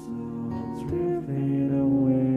drifting away.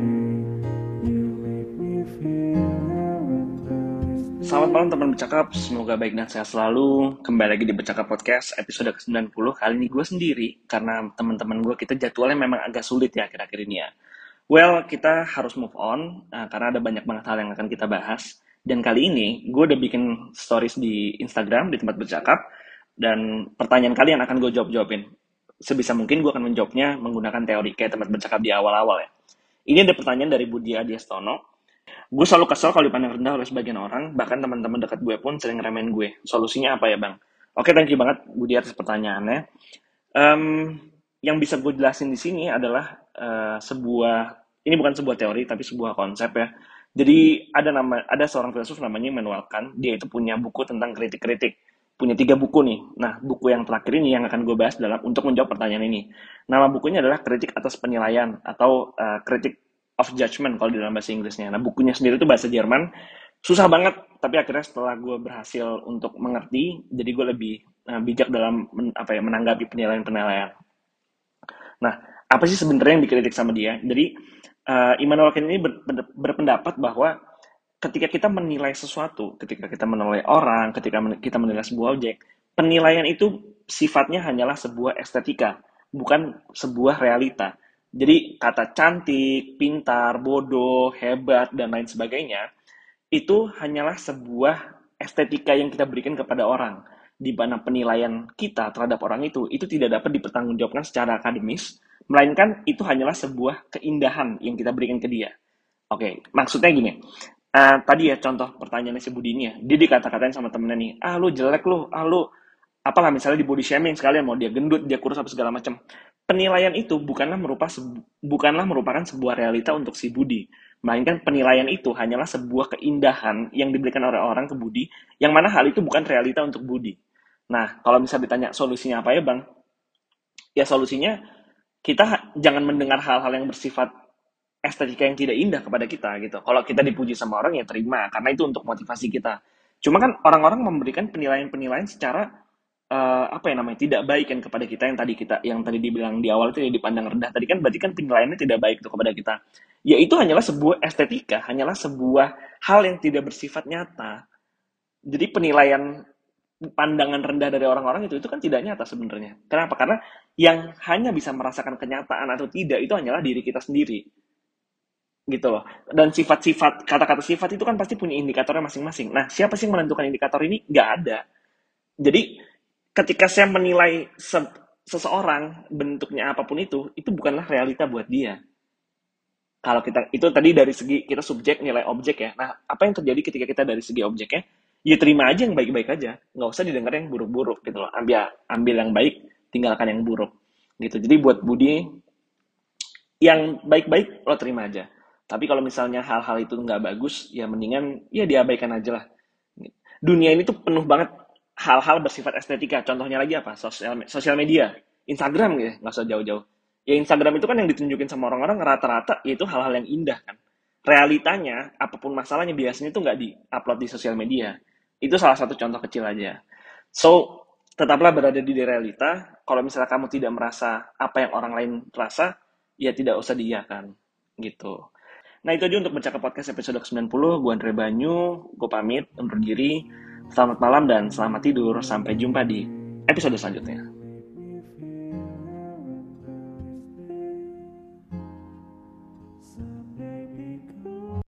You make me feel heaven. Selamat malam teman bercakap, semoga baik dan sehat selalu. Kembali lagi di Bercakap Podcast episode ke-90. Kali ini gue sendiri, karena teman-teman gue kita jadwalnya memang agak sulit ya akhir-akhir ini ya. Well, kita harus move on, karena ada banyak banget hal yang akan kita bahas. Dan kali ini, gue udah bikin stories di Instagram, di tempat bercakap. Dan pertanyaan kalian akan gue jawab-jawabin. Sebisa mungkin gue akan menjawabnya menggunakan teori kayak tempat bercakap di awal-awal ya. Ini ada pertanyaan dari Budi Adiastono. Gue selalu kesel kalau dipandang rendah oleh sebagian orang, bahkan teman-teman dekat gue pun sering ngeremehin gue. Solusinya apa ya bang? Oke, thank you banget Budi atas pertanyaannya. Em, yang bisa gue jelasin di sini adalah ini bukan sebuah teori tapi sebuah konsep ya. Jadi ada seorang filsuf namanya Immanuel Kant, dia itu punya buku tentang kritik-kritik. Punya 3 buku nih. Nah, buku yang terakhir ini yang akan gue bahas untuk menjawab pertanyaan ini. Nama bukunya adalah Kritik atas Penilaian atau Kritik of Judgment kalau di dalam bahasa Inggrisnya. Nah, bukunya sendiri itu bahasa Jerman. Susah banget, tapi akhirnya setelah gue berhasil untuk mengerti, jadi gue lebih bijak dalam menanggapi penilaian-penilaian. Nah, apa sih sebenarnya yang dikritik sama dia? Jadi, Immanuel Kant ini berpendapat bahwa ketika kita menilai sesuatu, ketika kita menilai orang, ketika kita menilai sebuah objek, penilaian itu sifatnya hanyalah sebuah estetika, bukan sebuah realita. Jadi kata cantik, pintar, bodoh, hebat, dan lain sebagainya, itu hanyalah sebuah estetika yang kita berikan kepada orang. Di mana penilaian kita terhadap orang itu tidak dapat dipertanggungjawabkan secara akademis, melainkan itu hanyalah sebuah keindahan yang kita berikan ke dia. Oke, maksudnya gini. Tadi ya contoh pertanyaannya si Budi ini ya, dia dikata-katain sama temennya nih, lu jelek lu, lu apalah misalnya di body shaming sekalian, mau dia gendut, dia kurus apa segala macam. Penilaian itu bukanlah merupakan sebuah realita untuk si Budi, melainkan penilaian itu hanyalah sebuah keindahan yang diberikan oleh orang ke Budi, yang mana hal itu bukan realita untuk Budi. Nah, kalau bisa ditanya solusinya apa ya Bang? Ya solusinya kita jangan mendengar hal-hal yang bersifat estetika yang tidak indah kepada kita gitu. Kalau kita dipuji sama orang ya terima, karena itu untuk motivasi kita. Cuma kan orang-orang memberikan penilaian-penilaian secara apa ya namanya tidak baik kan kepada kita, yang tadi dibilang di awal itu ya dipandang rendah tadi kan, berarti kan penilaiannya tidak baik tuh kepada kita. Ya itu hanyalah sebuah estetika, hanyalah sebuah hal yang tidak bersifat nyata. Jadi penilaian pandangan rendah dari orang-orang itu kan tidak nyata sebenarnya. Kenapa? Karena yang hanya bisa merasakan kenyataan atau tidak itu hanyalah diri kita sendiri gitu loh. Dan sifat-sifat, kata-kata sifat itu kan pasti punya indikatornya masing-masing. Nah, siapa sih yang menentukan indikator ini? Nggak ada. Jadi, ketika saya menilai seseorang, bentuknya apapun itu bukanlah realita buat dia. Kalau kita, itu tadi dari segi kita subjek, nilai objek ya. Nah, apa yang terjadi ketika kita dari segi objeknya? Ya terima aja yang baik-baik aja. Nggak usah didengar yang buruk-buruk gitu loh. Ambil yang baik, tinggalkan yang buruk. Gitu. Jadi buat Budi, yang baik-baik lo terima aja. Tapi kalau misalnya hal-hal itu nggak bagus, ya mendingan ya diabaikan aja lah. Dunia ini tuh penuh banget hal-hal bersifat estetika. Contohnya lagi apa? Sosial media, Instagram gitu, nggak usah jauh-jauh. Ya Instagram itu kan yang ditunjukin sama orang-orang rata-rata yaitu hal-hal yang indah kan. Realitanya, apapun masalahnya biasanya tuh nggak di-upload di sosial media. Itu salah satu contoh kecil aja. So, tetaplah berada di realita. Kalau misalnya kamu tidak merasa apa yang orang lain rasa, ya tidak usah diiyakan gitu. Nah itu aja untuk Bercakap Podcast episode ke-90. Gue Andre Banyu, gue pamit undur diri. Selamat malam dan selamat tidur. Sampai jumpa di episode selanjutnya.